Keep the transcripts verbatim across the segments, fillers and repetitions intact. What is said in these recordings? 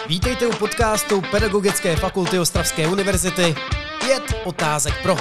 Vítejte u podcastu Pedagogické fakulty Ostravské univerzity Pět otázek pro.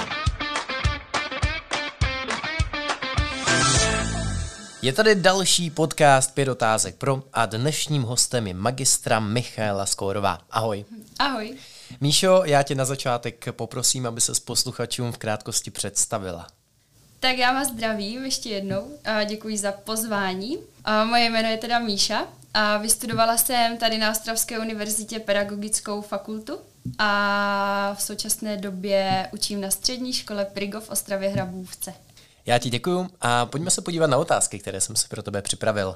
Je tady další podcast Pět otázek pro a dnešním hostem je magistra Michaela Skórová. Ahoj. Ahoj. Míšo, já tě na začátek poprosím, aby se s posluchačům v krátkosti představila. Tak já vás zdravím ještě jednou a děkuji za pozvání. A moje jméno je teda Míša a vystudovala jsem tady na Ostravské univerzitě pedagogickou fakultu a v současné době učím na střední škole Prigo v Ostravě Hrabůvce. Já ti děkuju a pojďme se podívat na otázky, které jsem si pro tebe připravil.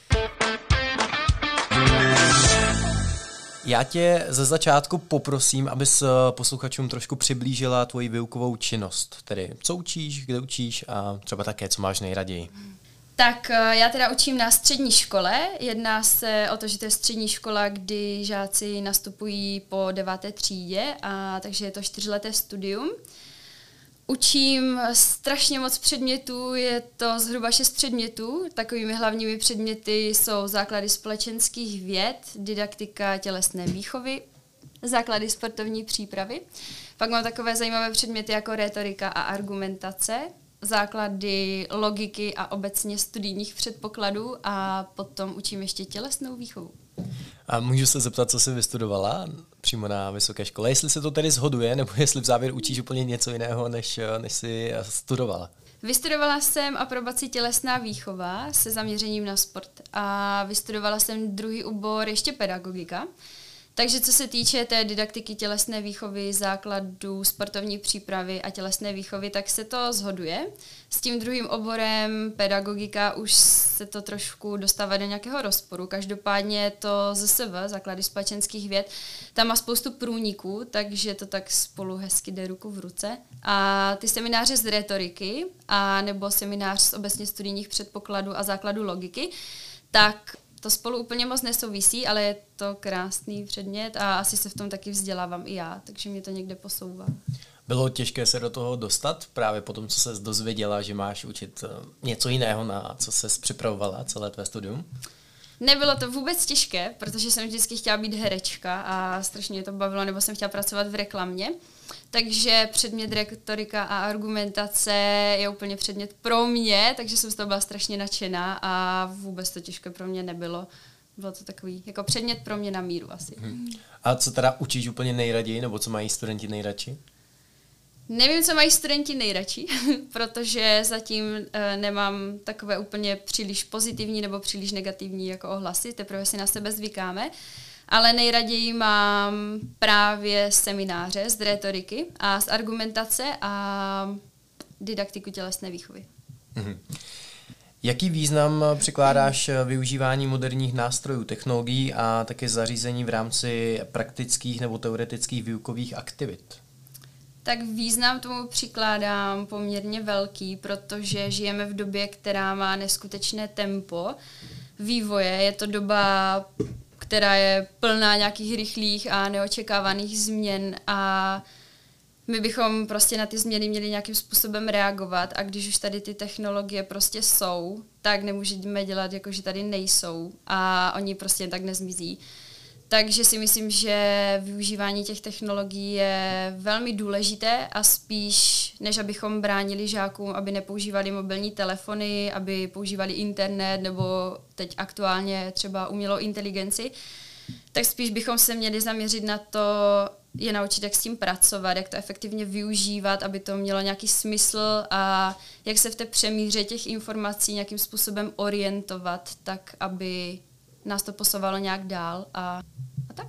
Já tě ze začátku poprosím, abys posluchačům trošku přiblížila tvoji výukovou činnost. Tedy co učíš, kde učíš a třeba také, co máš nejraději. Tak já teda učím na střední škole. Jedná se o to, že to je střední škola, kdy žáci nastupují po deváté třídě, a takže je to čtyřleté studium. Učím strašně moc předmětů, je to zhruba šest předmětů. Takovými hlavními předměty jsou základy společenských věd, didaktika tělesné výchovy, základy sportovní přípravy. Pak mám takové zajímavé předměty jako rétorika a argumentace, základy logiky a obecně studijních předpokladů a potom učím ještě tělesnou výchovu. A můžu se zeptat, co jsi vystudovala přímo na vysoké škole? Jestli se to tedy shoduje, nebo jestli v závěru učíš úplně něco jiného, než, než jsi studovala? Vystudovala jsem aprobaci tělesná výchova se zaměřením na sport a vystudovala jsem druhý obor ještě pedagogika. Takže co se týče té didaktiky tělesné výchovy, základů sportovní přípravy a tělesné výchovy, tak se to shoduje. S tím druhým oborem pedagogika už se to trošku dostává do nějakého rozporu. Každopádně to Z S V, základy společenských věd, tam má spoustu průniků, takže to tak spolu hezky jde ruku v ruce. A ty semináře z rétoriky a nebo seminář z obecně studijních předpokladů a základů logiky, tak to spolu úplně moc nesouvisí, ale je to krásný předmět a asi se v tom taky vzdělávám i já, takže mě to někde posouvá. Bylo těžké se do toho dostat právě po tom, co ses dozvěděla, že máš učit něco jiného, na co ses připravovala celé tvé studium? Nebylo to vůbec těžké, protože jsem vždycky chtěla být herečka a strašně mě to bavilo, nebo jsem chtěla pracovat v reklamě. Takže předmět rétorika a argumentace je úplně předmět pro mě, takže jsem z toho byla strašně nadšená a vůbec to těžké pro mě nebylo. Bylo to takový jako předmět pro mě na míru asi. Hmm. A co teda učíš úplně nejraději, nebo co mají studenti nejradši? Nevím, co mají studenti nejradši, protože zatím e, nemám takové úplně příliš pozitivní nebo příliš negativní jako ohlasy, teprve si na sebe zvykáme. Ale nejraději mám právě semináře z rétoriky a z argumentace a didaktiku tělesné výchovy. Mhm. Jaký význam přikládáš využívání moderních nástrojů, technologií a také zařízení v rámci praktických nebo teoretických výukových aktivit? Tak význam tomu přikládám poměrně velký, protože žijeme v době, která má neskutečné tempo vývoje. Je to doba, která je plná nějakých rychlých a neočekávaných změn a my bychom prostě na ty změny měli nějakým způsobem reagovat a když už tady ty technologie prostě jsou, tak nemůžeme dělat jako, že tady nejsou a oni prostě tak nezmizí. Takže si myslím, že využívání těch technologií je velmi důležité a spíš, než abychom bránili žákům, aby nepoužívali mobilní telefony, aby používali internet nebo teď aktuálně třeba umělou inteligenci, tak spíš bychom se měli zaměřit na to, je naučit, jak s tím pracovat, jak to efektivně využívat, aby to mělo nějaký smysl a jak se v té přemíře těch informací nějakým způsobem orientovat, tak aby nás to posouvalo nějak dál a, a tak.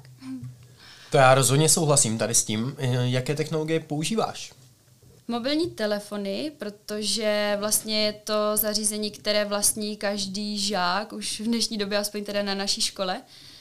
To já rozhodně souhlasím tady s tím. Jaké technologie používáš? Mobilní telefony, protože vlastně je to zařízení, které vlastní každý žák, už v dnešní době, aspoň teda na naší škole.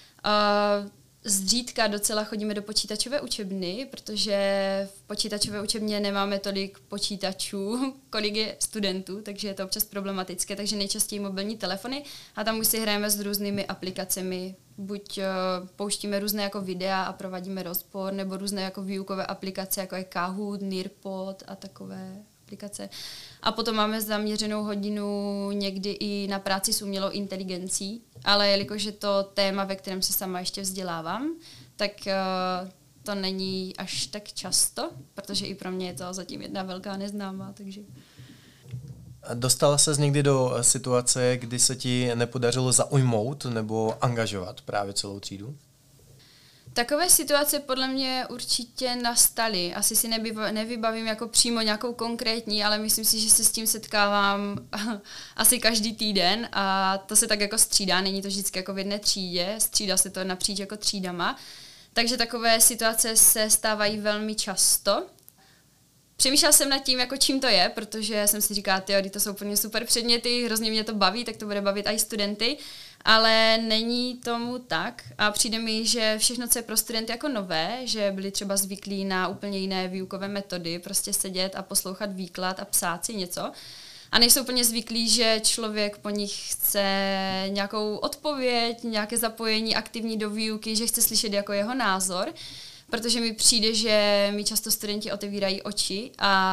A zřídka docela chodíme do počítačové učebny, protože v počítačové učebně nemáme tolik počítačů, kolik je studentů, takže je to občas problematické, takže nejčastěji mobilní telefony a tam už si hrajeme s různými aplikacemi. Buď uh, pouštíme různé jako videa a provádíme rozpor, nebo různé jako výukové aplikace, jako je Kahoot, Nearpod a takové aplikace. A potom máme zaměřenou hodinu někdy i na práci s umělou inteligencí, ale jelikož je to téma, ve kterém se sama ještě vzdělávám, tak uh, to není až tak často, protože i pro mě je to zatím jedna velká neznámá, takže... Dostala ses někdy do situace, kdy se ti nepodařilo zaujmout nebo angažovat právě celou třídu? Takové situace podle mě určitě nastaly. Asi si nebyva, nevybavím jako přímo nějakou konkrétní, ale myslím si, že se s tím setkávám asi každý týden a to se tak jako střídá, není to vždycky jako v jedné třídě, střídá se to napříč jako třídama. Takže takové situace se stávají velmi často. Přemýšlela jsem nad tím, jako čím to je, protože jsem si říkala, tyjo, to jsou úplně super předměty, hrozně mě to baví, tak to bude bavit i studenty, ale není tomu tak a přijde mi, že všechno, co je pro studenty jako nové, že byli třeba zvyklí na úplně jiné výukové metody, prostě sedět a poslouchat výklad a psát si něco, a nejsou úplně zvyklí, že člověk po nich chce nějakou odpověď, nějaké zapojení aktivní do výuky, že chce slyšet jako jeho názor, protože mi přijde, že mi často studenti otevírají oči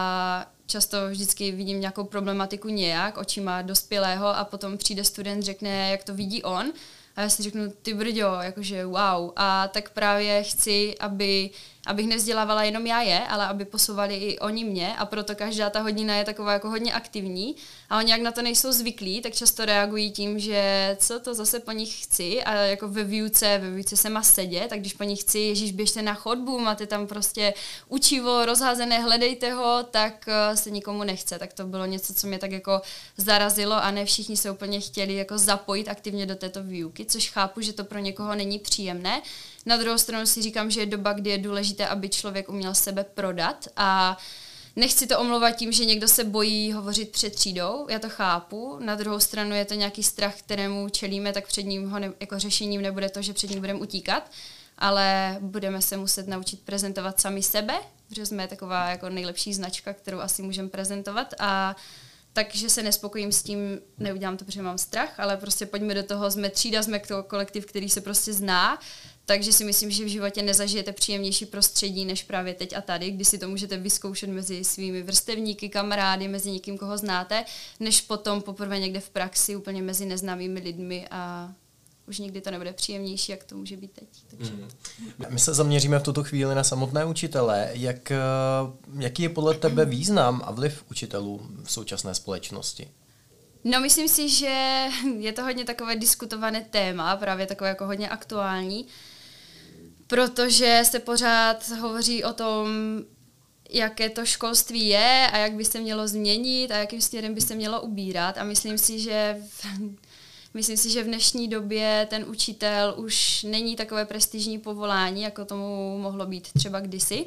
a často vždycky vidím nějakou problematiku nějak očima dospělého a potom přijde student, řekne, jak to vidí on a já si řeknu, ty brďo, jakože wow. A tak právě chci, aby, abych nevzdělávala jenom já je, ale aby posouvali i oni mě a proto každá ta hodina je taková jako hodně aktivní a oni jak na to nejsou zvyklí, tak často reagují tím, že co to zase po nich chci a jako ve výuce, ve výuce se má sedět, tak když po nich chci, ježíš, běžte na chodbu, máte tam prostě učivo rozházené, hledejte ho, tak se nikomu nechce. Tak to bylo něco, co mě tak jako zarazilo a ne všichni se úplně chtěli jako zapojit aktivně do této výuky, což chápu, že to pro někoho není příjemné. Na druhou stranu si říkám, že je doba, kdy je důležité, aby člověk uměl sebe prodat a nechci to omlouvat tím, že někdo se bojí hovořit před třídou, já to chápu. Na druhou stranu je to nějaký strach, kterému čelíme, tak před ním ho ne, jako řešením nebude to, že před ním budeme utíkat, ale budeme se muset naučit prezentovat sami sebe, protože jsme taková jako nejlepší značka, kterou asi můžeme prezentovat a takže se nespokojím s tím, neudělám to, protože mám strach, ale prostě pojďme do toho, jsme třída, jsme to kolektiv, který se prostě zná, takže si myslím, že v životě nezažijete příjemnější prostředí než právě teď a tady, kdy si to můžete vyzkoušet mezi svými vrstevníky, kamarády, mezi někým, koho znáte, než potom poprvé někde v praxi úplně mezi neznámými lidmi a už nikdy to nebude příjemnější, jak to může být teď. Takže... Mm. My se zaměříme v tuto chvíli na samotné učitele. Jak, jaký je podle tebe význam a vliv učitelů v současné společnosti? No, myslím si, že je to hodně takové diskutované téma, právě takové jako hodně aktuální, protože se pořád hovoří o tom, jaké to školství je a jak by se mělo změnit a jakým směrem by se mělo ubírat a myslím si, že v, myslím si, že v dnešní době ten učitel už není takové prestižní povolání, jako tomu mohlo být třeba kdysi.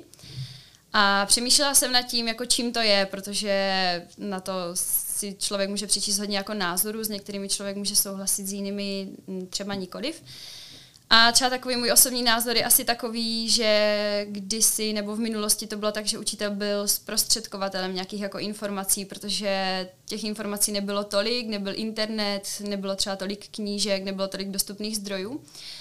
A přemýšlela jsem nad tím, jako čím to je, protože na to si člověk může přečíst hodně jako názorů, s některými člověk může souhlasit, s jinými třeba nikoliv. A třeba takový můj osobní názor je asi takový, že kdysi nebo v minulosti to bylo tak, že učitel byl zprostředkovatelem nějakých jako informací, protože těch informací nebylo tolik, nebyl internet, nebylo třeba tolik knížek, nebylo tolik dostupných zdrojů.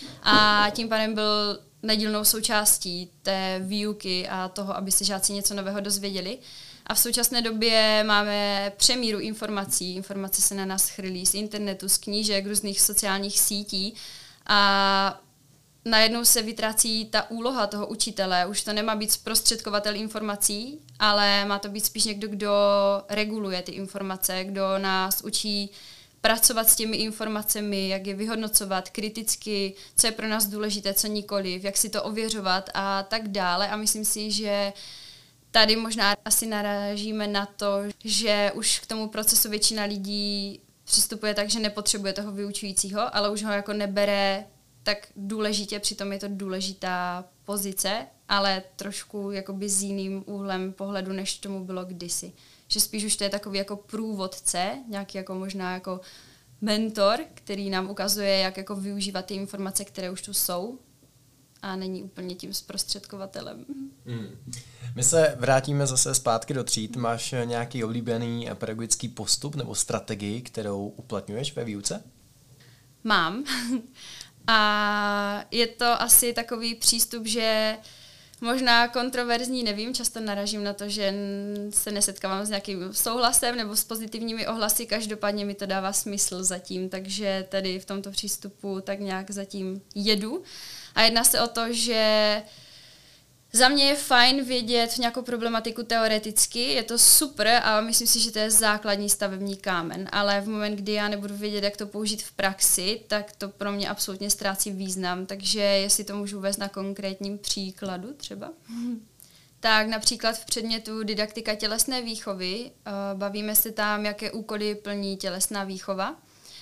A tím pádem byl nedílnou součástí té výuky a toho, aby se žáci něco nového dozvěděli. A v současné době máme přemíru informací. Informace se na nás chrlí z internetu, z knížek, různých sociálních sítí a najednou se vytrácí ta úloha toho učitele. Už to nemá být zprostředkovatel informací, ale má to být spíš někdo, kdo reguluje ty informace, kdo nás učí pracovat s těmi informacemi, jak je vyhodnocovat kriticky, co je pro nás důležité, co nikoliv, jak si to ověřovat a tak dále. A myslím si, že tady možná asi narážíme na to, že už k tomu procesu většina lidí přistupuje tak, že nepotřebuje toho vyučujícího, ale už ho jako nebere tak důležitě, přitom je to důležitá pozice, ale trošku jakoby s jiným úhlem pohledu, než tomu bylo kdysi. Že spíš už to je takový jako průvodce, nějaký jako možná jako mentor, který nám ukazuje, jak jako využívat ty informace, které už tu jsou a není úplně tím zprostředkovatelem. Hmm. My se vrátíme zase zpátky do tříd. Máš nějaký oblíbený pedagogický postup nebo strategii, kterou uplatňuješ ve výuce? Mám. A je to asi takový přístup, že Možná kontroverzní, nevím, často naražím na to, že se nesetkávám s nějakým souhlasem nebo s pozitivními ohlasy, každopádně mi to dává smysl zatím, takže tady v tomto přístupu tak nějak zatím jedu. A jedná se o to, že za mě je fajn vědět nějakou problematiku teoreticky, je to super a myslím si, že to je základní stavební kámen, ale v moment, kdy já nebudu vědět, jak to použít v praxi, tak to pro mě absolutně ztrácí význam, takže jestli to můžu uvést na konkrétním příkladu třeba. Tak například v předmětu didaktika tělesné výchovy bavíme se tam, jaké úkoly plní tělesná výchova.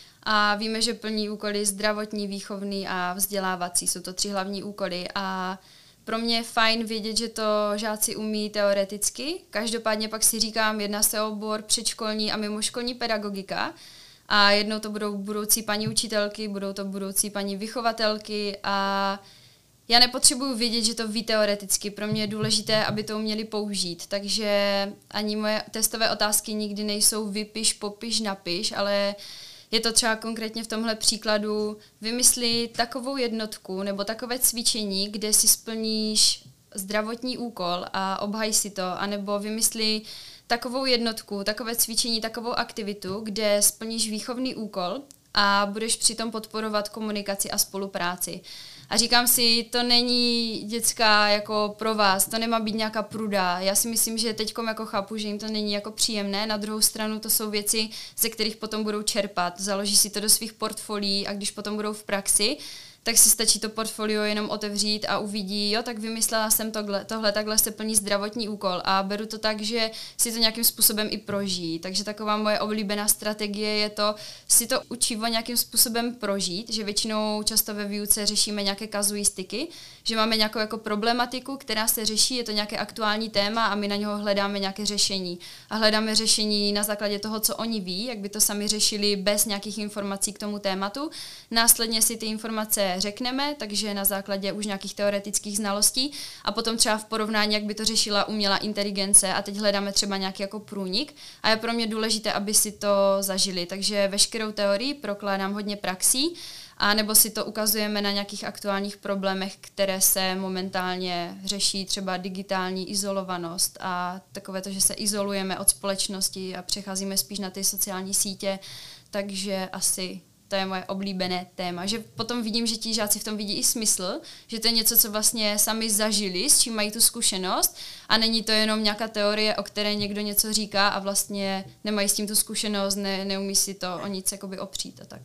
A víme, že plní úkoly zdravotní, výchovný a vzdělávací, jsou to tři hlavní úkoly a pro mě je fajn vědět, že to žáci umí teoreticky. Každopádně pak si říkám, jedná se o obor předškolní a mimoškolní pedagogika. A jednou to budou budoucí paní učitelky, budou to budoucí paní vychovatelky a já nepotřebuju vědět, že to ví teoreticky. Pro mě je důležité, aby to uměli použít. Takže ani moje testové otázky nikdy nejsou vypiš, popiš, napiš, ale je to třeba konkrétně v tomhle příkladu vymysli takovou jednotku nebo takové cvičení, kde si splníš zdravotní úkol a obhaj si to, anebo vymysli takovou jednotku, takové cvičení, takovou aktivitu, kde splníš výchovný úkol a budeš přitom podporovat komunikaci a spolupráci. A říkám si, to není dětská jako pro vás, to nemá být nějaká pruda. Já si myslím, že teďkom jako chápu, že jim to není jako příjemné, na druhou stranu to jsou věci, ze kterých potom budou čerpat. Založí si to do svých portfolií a když potom budou v praxi, tak si stačí to portfolio jenom otevřít a uvidí, jo, tak vymyslela jsem tohle, tohle, takhle se plní zdravotní úkol a beru to tak, že si to nějakým způsobem i prožijí. Takže taková moje oblíbená strategie je to si to učivo nějakým způsobem prožít, že většinou často ve výuce řešíme nějaké kazuistiky, že máme nějakou jako problematiku, která se řeší, je to nějaké aktuální téma a my na něho hledáme nějaké řešení. A hledáme řešení na základě toho, co oni ví, jak by to sami řešili bez nějakých informací k tomu tématu. Následně si ty informace řekneme, takže na základě už nějakých teoretických znalostí a potom třeba v porovnání, jak by to řešila umělá inteligence a teď hledáme třeba nějaký jako průnik a je pro mě důležité, aby si to zažili, takže veškerou teorii prokládám hodně praxí a nebo si to ukazujeme na nějakých aktuálních problémech, které se momentálně řeší, třeba digitální izolovanost a takové to, že se izolujeme od společnosti a přecházíme spíš na ty sociální sítě, takže asi to je moje oblíbené téma, že potom vidím, že ti žáci v tom vidí i smysl, že to je něco, co vlastně sami zažili, s čím mají tu zkušenost a není to jenom nějaká teorie, o které někdo něco říká a vlastně nemají s tím tu zkušenost, ne, neumí si to o nic jakoby opřít a tak.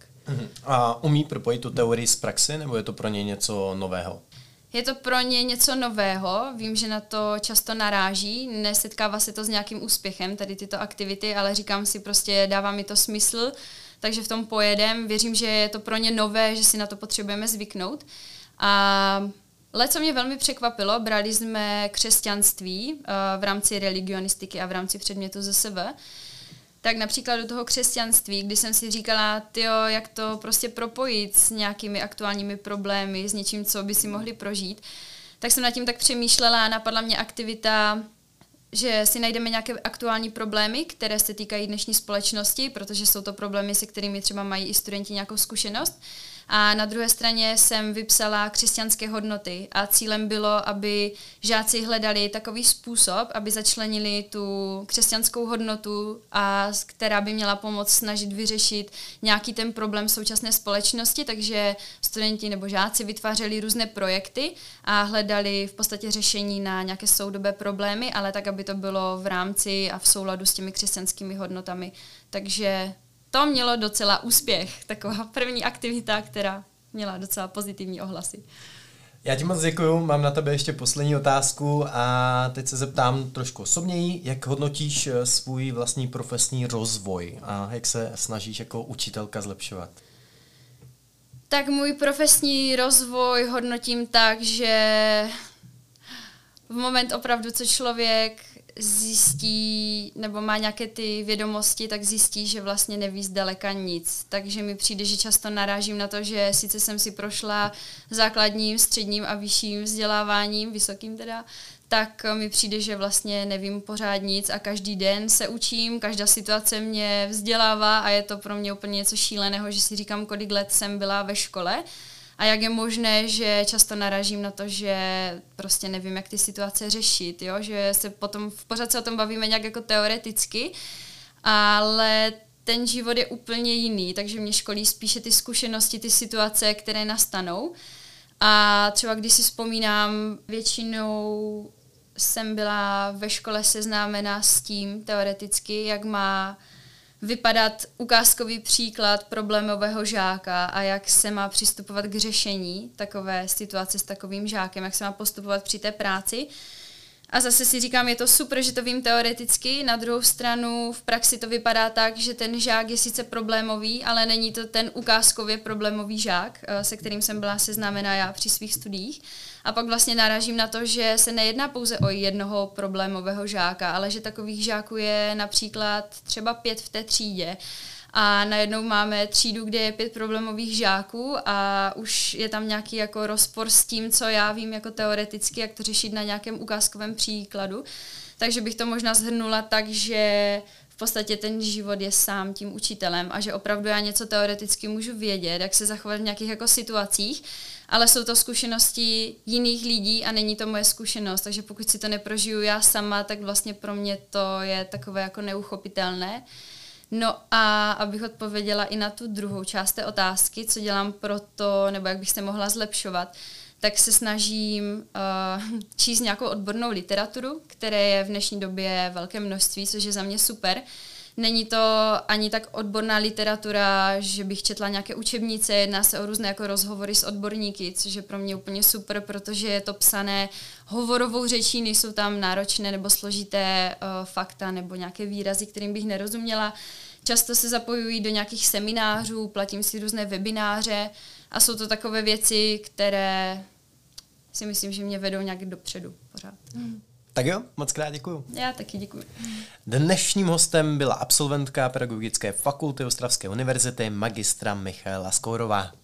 A umí propojit tu teorii z praxe, nebo je to pro ně něco nového? Je to pro ně něco nového, vím, že na to často naráží, nesetkává se to s nějakým úspěchem, tady tyto aktivity, ale říkám si prostě, dává mi to smysl, takže v tom pojedem. Věřím, že je to pro ně nové, že si na to potřebujeme zvyknout. A ale co mě velmi překvapilo, brali jsme křesťanství uh, v rámci religionistiky a v rámci předmětu Z S V. Tak například do toho křesťanství, kdy jsem si říkala, tyjo, jak to prostě propojit s nějakými aktuálními problémy, s něčím, co by si mohli prožít, tak jsem nad tím tak přemýšlela a napadla mě aktivita, že si najdeme nějaké aktuální problémy, které se týkají dnešní společnosti, protože jsou to problémy, se kterými třeba mají i studenti nějakou zkušenost. A na druhé straně jsem vypsala křesťanské hodnoty a cílem bylo, aby žáci hledali takový způsob, aby začlenili tu křesťanskou hodnotu, a která by měla pomoct snažit vyřešit nějaký ten problém současné společnosti, takže studenti nebo žáci vytvářeli různé projekty a hledali v podstatě řešení na nějaké soudobé problémy, ale tak, aby to bylo v rámci a v souladu s těmi křesťanskými hodnotami. Takže to mělo docela úspěch, taková první aktivita, která měla docela pozitivní ohlasy. Já ti moc děkuju, mám na tebe ještě poslední otázku a teď se zeptám trošku osobněji, jak hodnotíš svůj vlastní profesní rozvoj a jak se snažíš jako učitelka zlepšovat? Tak můj profesní rozvoj hodnotím tak, že v moment opravdu, co člověk zjistí, nebo má nějaké ty vědomosti, tak zjistí, že vlastně neví zdaleka nic. Takže mi přijde, že často narážím na to, že sice jsem si prošla základním, středním a vyšším vzděláváním, vysokým teda, tak mi přijde, že vlastně nevím pořád nic a každý den se učím, každá situace mě vzdělává a je to pro mě úplně něco šíleného, že si říkám, kolik let jsem byla ve škole a jak je možné, že často narážím na to, že prostě nevím, jak ty situace řešit, jo? Že se potom, pořád se o tom bavíme nějak jako teoreticky, ale ten život je úplně jiný, takže mě školí spíše ty zkušenosti, ty situace, které nastanou. A třeba když si vzpomínám, většinou jsem byla ve škole seznámena s tím teoreticky, jak má vypadat ukázkový příklad problémového žáka a jak se má přistupovat k řešení takové situace s takovým žákem, jak se má postupovat při té práci. A zase si říkám, je to super, že to vím teoreticky, na druhou stranu v praxi to vypadá tak, že ten žák je sice problémový, ale není to ten ukázkově problémový žák, se kterým jsem byla seznámena já při svých studiích. A pak vlastně narážím na to, že se nejedná pouze o jednoho problémového žáka, ale že takových žáků je například třeba pět v té třídě. A najednou máme třídu, kde je pět problémových žáků a už je tam nějaký jako rozpor s tím, co já vím jako teoreticky, jak to řešit na nějakém ukázkovém příkladu. Takže bych to možná shrnula tak, že v podstatě ten život je sám tím učitelem a že opravdu já něco teoreticky můžu vědět, jak se zachovat v nějakých jako situacích, ale jsou to zkušenosti jiných lidí a není to moje zkušenost, takže pokud si to neprožiju já sama, tak vlastně pro mě to je takové jako neuchopitelné. No a abych odpověděla i na tu druhou část té otázky, co dělám pro to, nebo jak bych se mohla zlepšovat, tak se snažím uh, číst nějakou odbornou literaturu, které je v dnešní době velké množství, což je za mě super. Není to ani tak odborná literatura, že bych četla nějaké učebnice, jedná se o různé jako rozhovory s odborníky, což je pro mě úplně super, protože je to psané hovorovou řečí, nejsou tam náročné nebo složité uh, fakta nebo nějaké výrazy, kterým bych nerozuměla. Často se zapojují do nějakých seminářů, platím si různé webináře a jsou to takové věci, které si myslím, že mě vedou nějak dopředu pořád. Mm. Tak jo, moc krát děkuju. Já taky děkuju. Dnešním hostem byla absolventka Pedagogické fakulty Ostravské univerzity magistra Michaela Skourová.